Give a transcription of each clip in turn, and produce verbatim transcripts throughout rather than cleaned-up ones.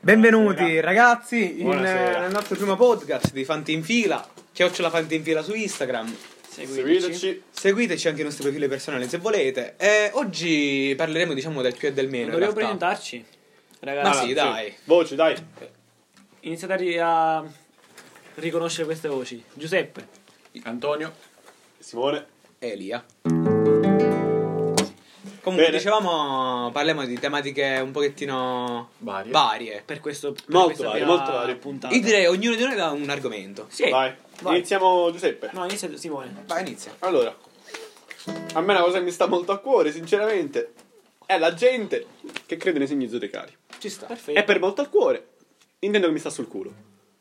Benvenuti ragazzi in, Buonasera. nel nostro primo podcast di Fanti in Fila. Chiocciola Fanti in Fila su Instagram. Seguiteci. Seguiteci anche i nostri profili personali se volete. E oggi parleremo, diciamo, del più e del meno. Dovevo in realtà. presentarci, ragazzi. Ma sì, dai. Voci, dai. Iniziate a, ri- a riconoscere queste voci. Giuseppe, Antonio, Simone. Elia. Comunque, Bene. dicevamo, parliamo di tematiche un pochettino varie. varie. per questo per Molto questa varie, prima molto varie. puntata. Io direi ognuno di noi ha un argomento. Sì. Vai. vai. Iniziamo Giuseppe. No, inizia Simone. Vai, inizia. Allora, a me una cosa che mi sta molto a cuore, sinceramente, è la gente che crede nei segni zodiacali. Ci sta. Perfetto. È per molto al cuore. Intendo che mi sta sul culo.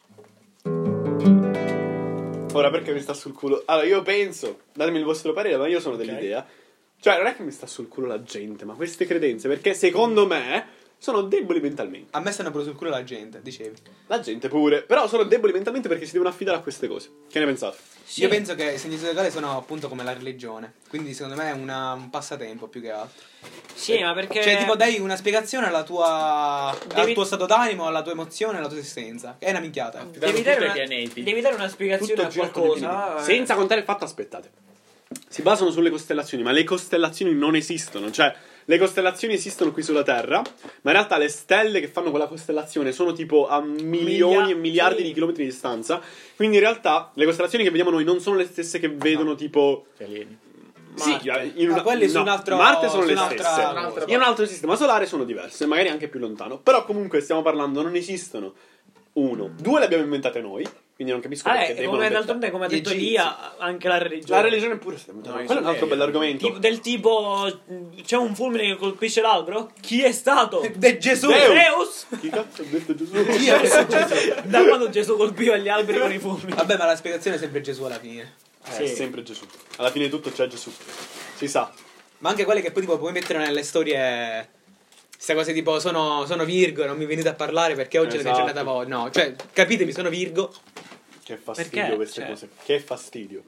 Ora, perché mi sta sul culo? Allora, io penso, datemi il vostro parere, ma io sono dell'idea. Cioè, non è che mi sta sul culo la gente, ma queste credenze, perché secondo me sono deboli mentalmente. A me stanno pure sul culo la gente, dicevi. La gente pure, però sono deboli mentalmente perché si devono affidare a queste cose. Che ne pensate? Sì. Io penso che i segni zodiacali sono appunto come la religione. Quindi secondo me è una- un passatempo più che altro. Sì, ma perché Cioè, tipo, dai una spiegazione alla tua. Devi- al tuo stato d'animo, alla tua emozione, alla tua esistenza. È una minchiata. devi Danno dare, tutti una, ai pianeti. devi dare una spiegazione Tutto a gira con qualcosa. i pianeti. eh. Senza contare il fatto, aspettate. Si basano sulle costellazioni, ma le costellazioni non esistono. Cioè, le costellazioni esistono qui sulla Terra, ma in realtà le stelle che fanno quella costellazione sono tipo a milioni Miglia- e miliardi sì. di chilometri di distanza. Quindi in realtà le costellazioni che vediamo noi non sono le stesse che vedono tipo... Gli alieni. Sì, Marte. in una- Ah, quelli su no, un altro- Marte sono su le un'altra- stesse. un'altra In un altro sistema solare sono diverse, magari anche più lontano. Però comunque stiamo parlando, non esistono. Uno, due le abbiamo inventate noi, quindi non capisco Ah, perché eh, devono come inventare. d'altronde, come ha Gli detto egizi. Elia, anche la religione. La religione pure si è inventata. No, i Quello è un altro Sumeri. bell'argomento. Tipo, del tipo, c'è un fulmine che colpisce l'albero? Chi è stato? De Gesù! Deus. Zeus! Chi cazzo ha detto Gesù? Io ho detto Gesù. Da quando Gesù colpiva gli alberi con i fulmini? Vabbè, ma la spiegazione è sempre Gesù alla fine. Eh, È Sì. sempre Gesù. Alla fine di tutto c'è Gesù. Si sa. Ma anche quelle che poi tipo puoi mettere nelle storie. Queste cose tipo sono, sono Virgo, non mi venite a parlare perché oggi è la mia Esatto. giornata voi. No, cioè, capitemi, sono Virgo. Che fastidio Perché? queste Cioè- cose. Che fastidio.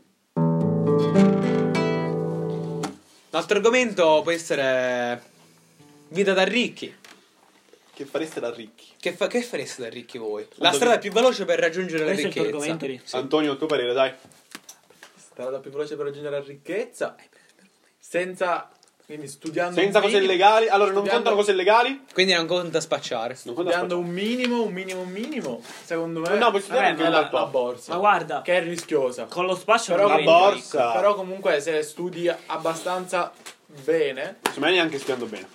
L'altro argomento può essere vita da ricchi. Che fareste da ricchi? Che, fa- che fareste da ricchi voi? La Quando strada vi- più veloce per raggiungere la Questo è il tuo ricchezza. argomento lì. Antonio, il tuo parere, dai. Strada più veloce per raggiungere la ricchezza. Senza. Quindi studiando. Senza un cose minimo- illegali. Allora, non studiando- contano cose illegali? Quindi non conta spacciare. Non conta Studiando un minimo, un minimo, un minimo. Secondo me. No, puoi studiare eh, anche è un la, bel po'. la borsa. Ma guarda, Che è rischiosa. con lo spaccio Però non la diventi borsa. ricco. Però comunque se studi abbastanza bene. Secondo me neanche studiando bene.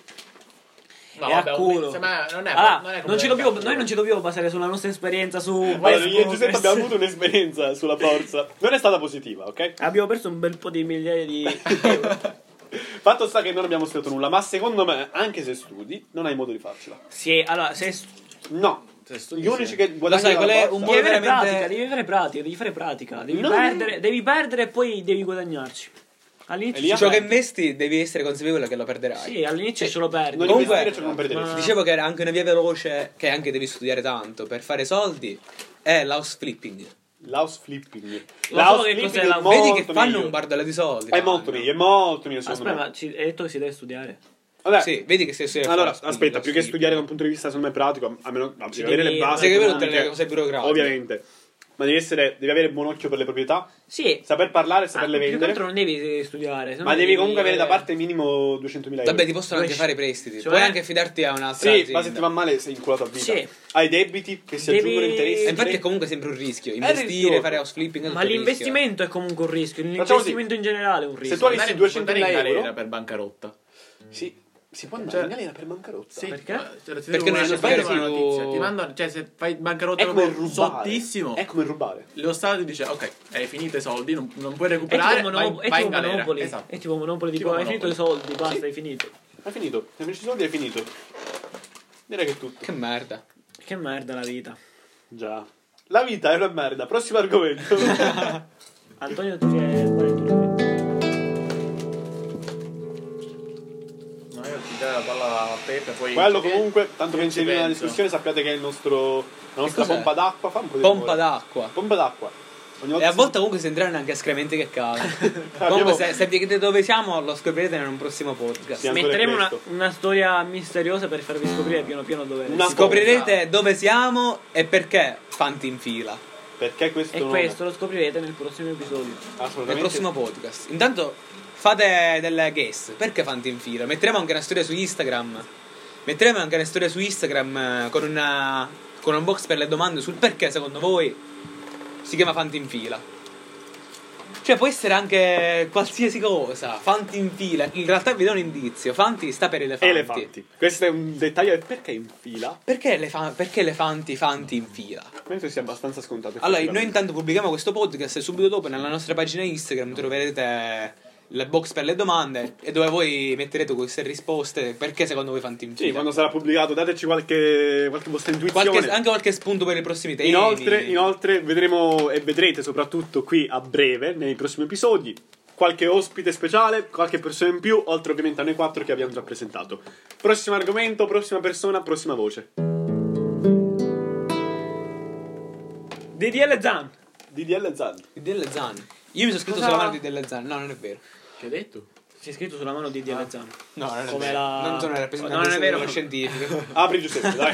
No, È a vabbè, culo. un- se- ma non è, Allora, non è come non ci nel dobbiamo- calcio. noi non ci dobbiamo basare sulla nostra esperienza su Allora, io e Facebook. Giuseppe abbiamo avuto un'esperienza sulla borsa. Non è stata positiva, ok? Abbiamo perso un bel po' di migliaia di euro. Fatto sta che non abbiamo studiato nulla, ma secondo me, anche se studi, non hai modo di farcela. Sì, allora, se stu- No. Se studi, Gli unici sì. che guadagnano sai qual dalla è borsa- un devi avere veramente- pratica, devi avere pratica, devi fare pratica, devi No. perdere, devi perdere e poi devi guadagnarci. All'inizio Elia? ci Ciò che perdi. investi devi essere consapevole che lo perderai. Sì, all'inizio ce lo perdi. Non Comunque- investire, cioè non perdere. Ma- Dicevo che era anche una via veloce, che anche devi studiare tanto per fare soldi, è l'house flipping. L'house flipping. so L'house che flipping cos'è è la- Vedi che molto fanno meglio. un bardello di soldi. È molto fanno. meglio, è molto meglio secondo Aspetta, me. ma ci, hai detto che si deve studiare. Vabbè, Sì, vedi che se, se allora, fare aspetta, house più che flipping. studiare da un punto di vista secondo me pratico, a meno no, Ci devi avere le devi- basi devi avere economiche, tutte le cose burocratiche. ovviamente. Ma devi essere devi avere buon occhio per le proprietà, Sì. saper parlare e Ah, saperle più che vendere. altro non devi studiare. se no Ma devi comunque avere da parte minimo duecentomila euro. Vabbè, ti possono anche Dove- fare prestiti. cioè- Puoi anche fidarti a un'altra Sì, azienda. ma se ti va male sei inculato a vita. Sì. Hai debiti che si Devi- aggiungono interessi. E infatti è comunque sempre un rischio. rischioso. Investire, fare house flipping è tutto Ma un l'investimento è comunque un rischio. Facciamo L'investimento in generale è un rischio. tu avessi Andare- duecentomila andare in euro- galera per bancarotta. Sì, si può andare Cioè- in galera per bancarotta. Sì, Perché? ma- cioè, se Perché tu non vai è a fare necessario una più- notizia, ti mandano, cioè se fai bancarotta È come proprio rubare. sottissimo, È come rubare. lo Stato ti dice ok, hai finito i soldi, non, non puoi È recuperare, tipo, vai, monopo- è vai tipo in galera. Monopoli. Esatto. È tipo Monopoli. Tipo, Tipo hai finito i Monopoli. soldi, basta, Sì. hai finito. Hai finito. Se invece i soldi hai finito. Direi che è tutto. Che merda. Che merda la vita. Già. La vita è una merda. Prossimo argomento. Antonio, tu che qual è il tuo argomento? No, io ti dai la palla a Peppe, poi Quello che- comunque, tanto che che ci inserire nella penso. discussione, sappiate che è il nostro, la nostra cos'è? pompa d'acqua. Fa un po' di Pompa rumore. d'acqua. Pompa d'acqua. Ogni E volta a volte comunque si entrano anche escrementi che cadono. Abbiamo- Comunque se, se vi chiedete dove siamo lo scoprirete in un prossimo podcast. Sì, ancora Metteremo una, questo. una storia misteriosa per farvi scoprire piano piano dove Una- Scoprirete dove siamo e perché Fanti in fila Perché questo E nome? questo lo scoprirete nel prossimo episodio. Assolutamente. nel prossimo podcast. Intanto fate delle guess. Perché Fanti in fila? Metteremo anche una storia su Instagram. Metteremo anche una storia su Instagram eh, con una con un box per le domande sul perché secondo voi si chiama Fanti in fila. Cioè può essere anche qualsiasi cosa. Fanti in fila. In realtà vi do un indizio. Fanti sta per elefanti. Elefanti. Questo è un dettaglio. E perché in fila? Perché, elefa- perché elefanti fanti in fila? Penso sia abbastanza scontato. Allora, noi effettivamente. intanto pubblichiamo questo podcast e subito dopo nella nostra pagina Instagram troverete il box per le domande e dove voi metterete queste risposte perché secondo voi Fanti in Sì, fila. quando sarà pubblicato, dateci qualche, qualche vostra intuizione. Qualche- anche qualche spunto per i prossimi temi. Inoltre, inoltre vedremo e vedrete soprattutto qui a breve, nei prossimi episodi, qualche ospite speciale, qualche persona in più, oltre ovviamente a noi quattro che abbiamo già presentato. Prossimo argomento, prossima persona, prossima voce. D D L Zan. D D L Zan. D D L Zan. Io mi sono scritto Cosa- sulla mano di D D L Zan. No, non è vero. Che hai detto? Si è scritto sulla mano di D D L Zan. No, non è Come vero. la- Non sono No, rappresentante non è vero. scientifico. Apri Giuseppe, dai.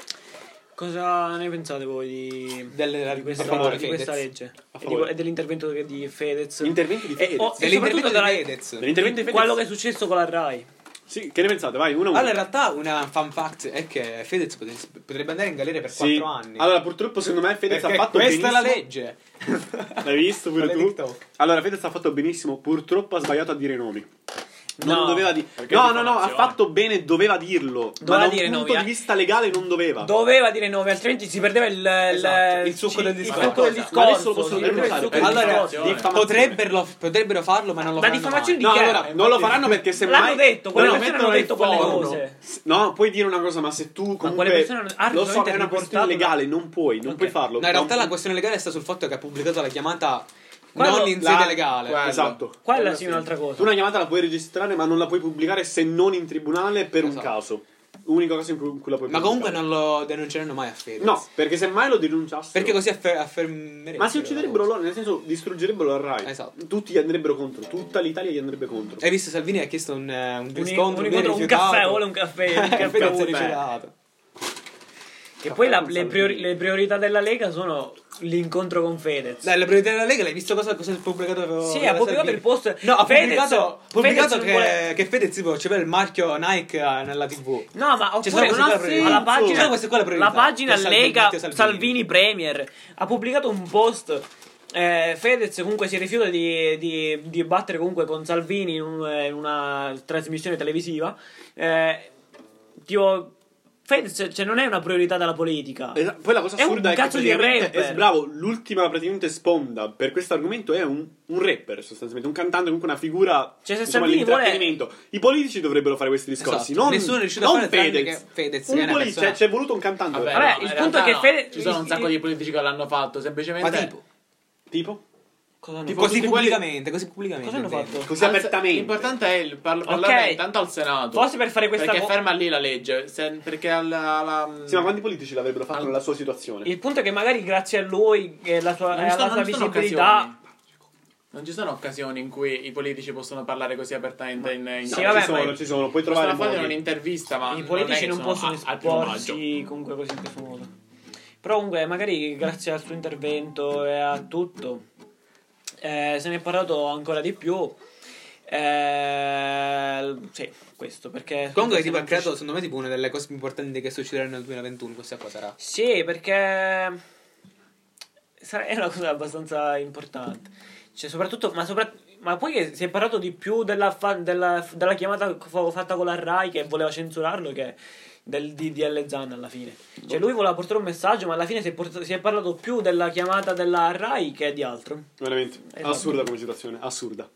Cosa ne pensate voi di, Della- di questa, a favore, di questa Fedez. legge? A E, di- favore. e dell'intervento che- di Fedez? Interventi di E- Fedez. oh, e Dell'intervento soprattutto di della- Fedez. Dell'intervento di Fedez. quello che è successo con la Rai. Sì, che ne pensate? Vai, uno a uno. Allora, in realtà una fun fact è che Fedez potrebbe, potrebbe andare in galera per Sì. quattro anni. Allora, purtroppo secondo me Fedez Perché ha fatto questa benissimo. è la legge. L'hai visto pure Quella tu? TikTok. Allora, Fedez ha fatto benissimo, purtroppo ha sbagliato a dire i nomi. Non No, doveva dire. perché No, è no, no, ha diffamazione. fatto bene, doveva dirlo. Doveva ma da un dire i punto nomi, di eh. vista legale non doveva. Doveva dire nove, altrimenti si perdeva il, il- Esatto, il succo del il discorso. succo del Ma discorso. adesso lo possono si perdeva il denunciare succo per del Allora, discorso. diffamazione. potrebbero, potrebbero farlo, ma non lo Ma faranno diffamazione mai. di No, che? allora, non lo faranno perché se L'hanno mai detto, quelle No, persone hanno mettono detto il quelle forno. cose. No, puoi dire una cosa, ma se tu comunque quelle persone hanno- ah, lo so, solamente è una questione riportato- legale, non puoi, non Ok. puoi farlo. No, in realtà Da un- la questione legale sta sul fatto che ha pubblicato la chiamata Quello- non in la- sede legale. Quello. Esatto. Quella Quello sì sì. è un'altra Tu cosa. una chiamata la puoi registrare, ma non la puoi pubblicare se non in tribunale per un Esatto. caso. Unica cosa in cui in cui la puoi Ma pubblicare. comunque non lo denunceranno mai a Fedez. No, perché se mai lo denunciassero. Perché così affer- affermerebbero. Ma si ucciderebbero la loro, nel senso distruggerebbero la Rai. Esatto. Tutti gli andrebbero contro, tutta l'Italia gli andrebbe contro. cosa. Hai visto Salvini ha chiesto un, eh, un Un, riscontro, un, viene incontro- un rifiutato. caffè, vuole un caffè, un E caffè Fedez ha Uber. rifiutato. Che poi la- con le, Salvini. priori- le priorità della Lega sono l'incontro con Fedez. Dai, la priorità della Lega, l'hai visto cosa, cosa ha pubblicato? Sì, da ha pubblicato Salvini? il post. No, ha Fedez- pubblicato, pubblicato Fedez che, vuole- che Fedez tipo c'aveva il marchio Nike eh, nella tivù. No, ma Ci oppure sono queste no, qua sì, priorità. alla Ci pagina, sono queste qua le priorità. la pagina Per Salvini, Lega Matteo Salvini. Salvini Premier ha pubblicato un post. eh, Fedez comunque si rifiuta di, di, di battere comunque con Salvini in, un- in una trasmissione televisiva. Eh, tipo, Fedez cioè, non è una priorità della politica. Esa- Poi la cosa È un assurda è, cazzo che di praticamente rapper. è bravo, l'ultima praticamente sponda per questo argomento è un, un rapper sostanzialmente, un cantante, comunque una figura Cioè, se diciamo, Salvini vuole- all'intrattenimento. I politici dovrebbero fare questi discorsi, Esatto. non, Nessuno è riuscito a non fare tranne Fedez. che Fedez, che Un è una poli- persona- cioè, c'è voluto un cantante. Vabbè, per Vabbè, farlo. il in punto è realtà che Fede- ci sono un i- sacco i- di politici che l'hanno fatto, semplicemente Ma tipo? Tipo? Cosa hanno Tipo fatto? Così tutti quelli- pubblicamente, così pubblicamente. Cosa hanno intendo. fatto? Così Al- apertamente. L'importante è il parlo- parlarne intanto al Senato. Forse per fare questa Perché vo- ferma lì la legge. se- perché alla. alla Sì, ma quanti politici l'avrebbero fatto Al- nella sua situazione? Il punto è che magari grazie a lui e alla sua, non e ci alla sono, sua non ci sono visibilità. occasioni. Non ci sono occasioni in cui i politici possono parlare così apertamente in, in Sì, No, vabbè, ci sono, ma- ci sono, puoi trovare possono fare modi. un'intervista, ma I politici è non, che possono sono a- al primo maggio. esporsi comunque così in questo modo. Però comunque magari grazie al suo intervento e a tutto eh, se ne è parlato ancora di più. Eh, sì, questo perché Comunque, se tipo, ha non creato, ci- secondo me, tipo una delle cose più importanti che succederà nel duemilaventuno. Questa qua sarà. Sì, perché sarà- è una cosa abbastanza importante. Cioè, soprattutto, ma, sopra- ma poi che si è parlato di più della, fa- della, della chiamata fa- fatta con la Rai che voleva censurarlo che del D D L Zan alla fine. Cioè, lui voleva portare un messaggio, ma alla fine si è, portato- si è parlato più della chiamata della Rai che di altro. Veramente. Esatto. Assurda come situazione, assurda.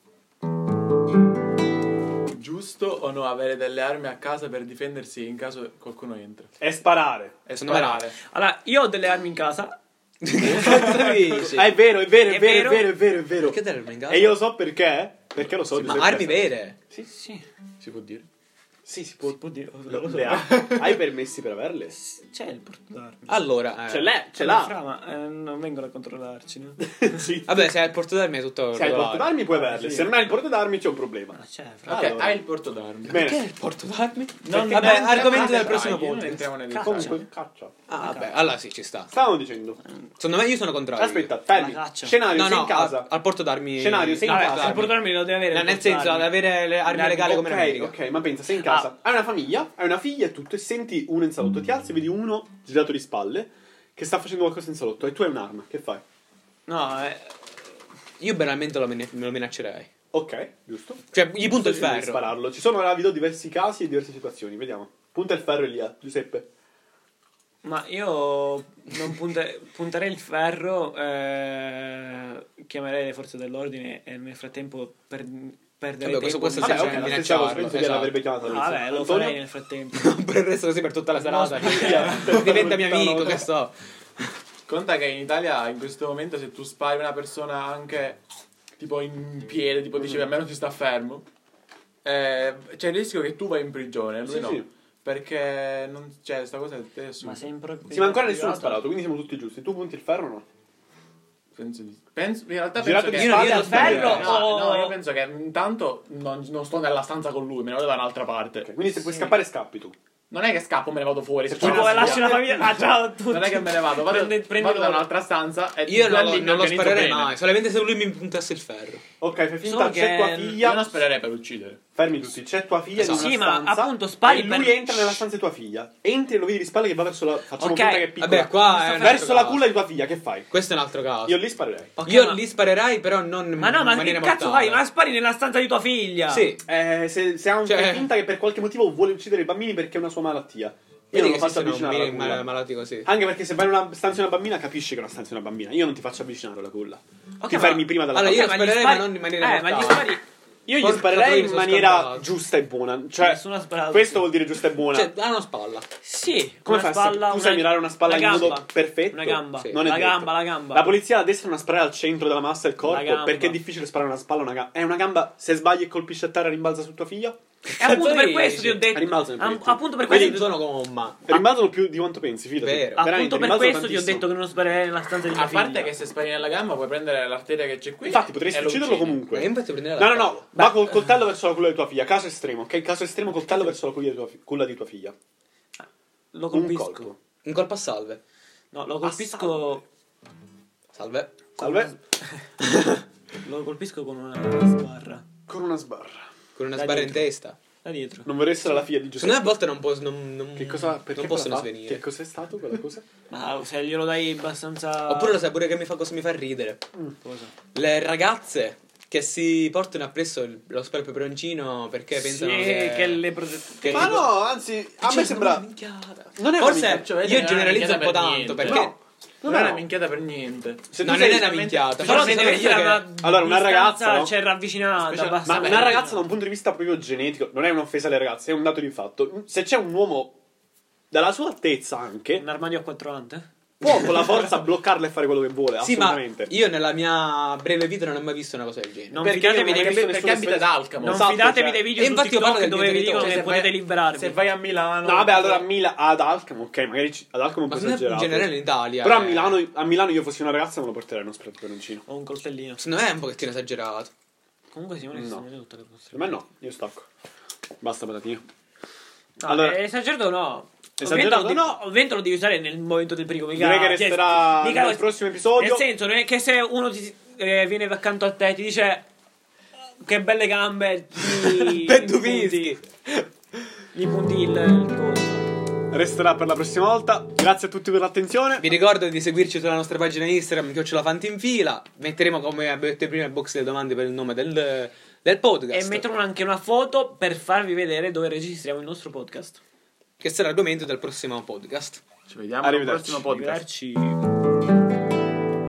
Giusto o no avere delle armi a casa per difendersi in caso qualcuno entra? E sparare. E Secondo me no. sparare. Allora, io ho delle armi in casa. Cosa dici? Ah, è vero, è vero, è, È vero, vero? è vero, è vero, è vero. Perché dare armi in casa? E io lo so perché? Perché lo so. Ma Giuseppe. armi vere? Sì, sì. Si può dire? Sì, si può. Si può dire. Lo- le ha- Hai permessi per averle? C'è il porto d'armi. Allora, eh, Ce l'è, ce Ma l'ha. fra, ma eh, non vengono a controllarci, no? Sì. vabbè, se hai il porto d'armi è tutto Se hai il porto regolare. d'armi puoi averle, Sì. se non hai il porto d'armi c'è un problema. Ma c'è, fra. Ok, Allora. hai il porto d'armi. Bene. Che è il porto d'armi? Non- vabbè, non- argomento del Ah, prossimo dai, non podcast. entriamo nel Cazzo. Comunque, caccia. Ah, vabbè, allora sì, ci sta. Stavamo dicendo. Secondo me io sono contrario. Aspetta, fermi. La caccia. Scenario, No, sei no, in casa. a- al porto d'armi. Scenario, sei in Vabbè, casa. il porto d'armi lo deve avere. No, il nel porto senso, d'armi. ad avere le armi Le legali come Ok, in America. ok, ma pensa, sei in casa, hai una famiglia, hai una figlia e tutto, e senti uno in salotto, ti alzi e vedi uno girato di spalle che sta facendo qualcosa in salotto e tu hai un'arma, che fai? No, eh, Io banalmente lo, men- me lo minaccerei. Ok, giusto. Cioè, gli punto il Devi ferro. spararlo. Ci sono, ora vi do diversi casi e diverse situazioni, vediamo. Punta il ferro e lì, Giuseppe. ma io non punte- punterei il ferro, eh, chiamerei le forze dell'ordine e nel frattempo per, perdere Vabbè, tempo. questo- questo Vabbè, sì, ok, cioè, la stessa cosa, minacciarlo, penso che esatto. l'avrebbe chiamato Ah, all'inizio. vabbè, lo Antonio? farei nel frattempo. Per il resto così per tutta la serata. spia. Diventa mio amico, che so. Conta che in Italia in questo momento se tu spari una persona anche tipo in piede, tipo dicevi a me non si sta fermo, eh, c'è il rischio che tu vai in prigione, lui Sì, no. sì. Perché non c'è sta cosa è assurda. Ma sei in pro- Sì, ma ancora nessuno ha privato? sparato, quindi siamo tutti giusti. Tu punti il ferro o no? Penso di penso, in realtà Girato penso di che spalle al no, ferro no, o- no, io penso che intanto non, non sto nella stanza con lui, me ne vado da un'altra parte. Ok, quindi se puoi Sì. scappare scappi tu. Non è che scappo, me ne vado fuori. Se c'è Tipo, una lasci sfida- la famiglia. Ah, ciao a tutti. Non è che me ne vado, vado, Prendi- prendi vado da loro. un'altra stanza e Io da non, lì lo- mi non lo organizzo sparerei bene. mai. Solamente se lui mi puntasse il ferro. Ok, fai finta, Solo c'è che tua Io figlia. non spererei per uccidere. Fermi tutti, c'è tua figlia Esatto. in Sì, una ma stanza appunto spari e lui per- entra nella stanza di tua figlia. Entri e lo vedi di spalle che va verso la. Facciamo Ok, finta che è piccola. Vabbè, qua è un verso altro la caso. culla di tua figlia, che fai? Questo è un altro caso. Io lì sparerei. Ok, Io ma- li sparerei, però non Ma no, ma in che maniera cazzo mortale. fai? Ma spari nella stanza di tua figlia. Sì. Eh, se, se ha un Cioè- fai finta che per qualche motivo vuole uccidere i bambini perché è una sua malattia. Io Vedi non che lo faccio esistono avvicinare alla mil- culla. mal- malati così. Anche perché se vai in una stanza di una bambina capisci che è una stanza di una bambina. Io non ti faccio avvicinare alla culla. Ok, ti ma- fermi prima dalla Allora, culla. io Ok, ma gli sparerei, spari- ma non in maniera Eh, ma gli mortale. spari. Io gli Porca sparerei troia, in sono maniera scampato. giusta e buona. Cioè, Nessuno ha sparato. questo vuol dire giusta e buona. Cioè, ha una spalla. Sì, Come una fai a spalla, sapere? Tu una- sai mirare una spalla la in modo gamba. perfetto? Una gamba. Sì. Non è la detto. gamba, la gamba. La polizia a destra non sparare al centro della massa del La corpo gamba. perché è difficile sparare una spalla a una gamba. È una gamba, se sbagli e colpisci a terra rimbalza su tua figlia? E appunto Cazzo per dici? questo ti ho detto. Rimbalzano i am- proiettili. appunto per Quelli questo. sono gomma. Rimbalzano più di quanto pensi, fidati. Vero. Veramente, Appunto per rimbalzano questo ti ho tantissimo. detto che non sparerei nella stanza di mia A parte figlia. che se spari nella gamba puoi prendere l'arteria che c'è qui. Infatti e potresti lo ucciderlo uccidi. comunque. Ma io infatti prenderei No, la no, no, spalla. va col coltello verso la culla di tua figlia. Caso estremo, ok? Caso estremo, coltello verso la culla di tua, fi- culla di tua figlia. Lo Un colpisco. colpo. Un colpo a salve. No, lo colpisco. Salve. Salve. Lo colpisco con una sbarra. Con una sbarra. Con una Da sbarra in dietro. testa. Da dietro. Non vorrei essere la figlia di Secondo me a Giuseppe. volte non, può, non, non, Che cosa, perché non possono cosa fa? svenire. Che cos'è stato quella cosa? Ma se glielo dai abbastanza. Oppure lo sai pure che mi fa, cosa mi fa ridere. Cosa? Le ragazze che si portano appresso il- lo spray peperoncino perché pensano Sì, che... che le prote- che Ma tipo- no, anzi, a Cioè, me sembra. una minchiata. Non è una Forse minchiata, cioè, vedi, io non è una generalizzo un po' minchiata per tanto niente. perché... No. Non No, è no. una minchiata per niente. Se No, tu non sei- è una minchiata. Però Però se secondo deve me essere che- una, Allora, una distanza, ragazza, no? c'è ravvicinata. Special- basta Ma bene. una ragazza da un punto di vista proprio genetico non è un'offesa alle ragazze, è un dato di fatto. Se c'è un uomo dalla sua altezza anche, Un armadio a quattro ante? può con la forza bloccarla e fare quello che vuole, Sì, ma assolutamente. io nella mia breve vita non ho mai visto una cosa del genere. Non Perché fidatevi io non dei ho video. visto Perché abita ad Alcamo. Non Esatto, fidatevi cioè- dei video E su infatti io parlo TikTok del dove mio vi dicono territorio. che Se potete vai- liberarvi. Se vai a Milano. No, vabbè, allora a Mila- ad Alcamo, ok, magari ci- ad Alcamo è un Ma po' non è in esagerato. generale in Italia. Però a eh. Milano, a Milano io fossi una ragazza me lo porterei uno spray peperoncino. Ho un coltellino. Secondo me è un pochettino esagerato. Comunque Simone si No. sono tutte le cose. Per me no, io stacco. Basta patatine. No, Allora- è esagerato no. Esagerato Ovviamente lo no. devi- ovviamente lo devi usare nel momento del pericolo. Direi che resterà mica- nel prossimo episodio. Nel senso, non è che se uno ti, eh, viene accanto a te e ti dice che belle gambe, gli, Per gli due punti- fischi. gli punti il, il coso. Resterà per la prossima volta. Grazie a tutti per l'attenzione. Vi ricordo di seguirci sulla nostra pagina Instagram, chiocciola Fantinfila. Metteremo, come abbiamo detto prima, il box delle domande per il nome del, del podcast. E mettono anche una foto per farvi vedere dove registriamo il nostro podcast. Che sarà l'argomento del prossimo podcast. Ci vediamo al Arrivederci. prossimo podcast. Arrivederci.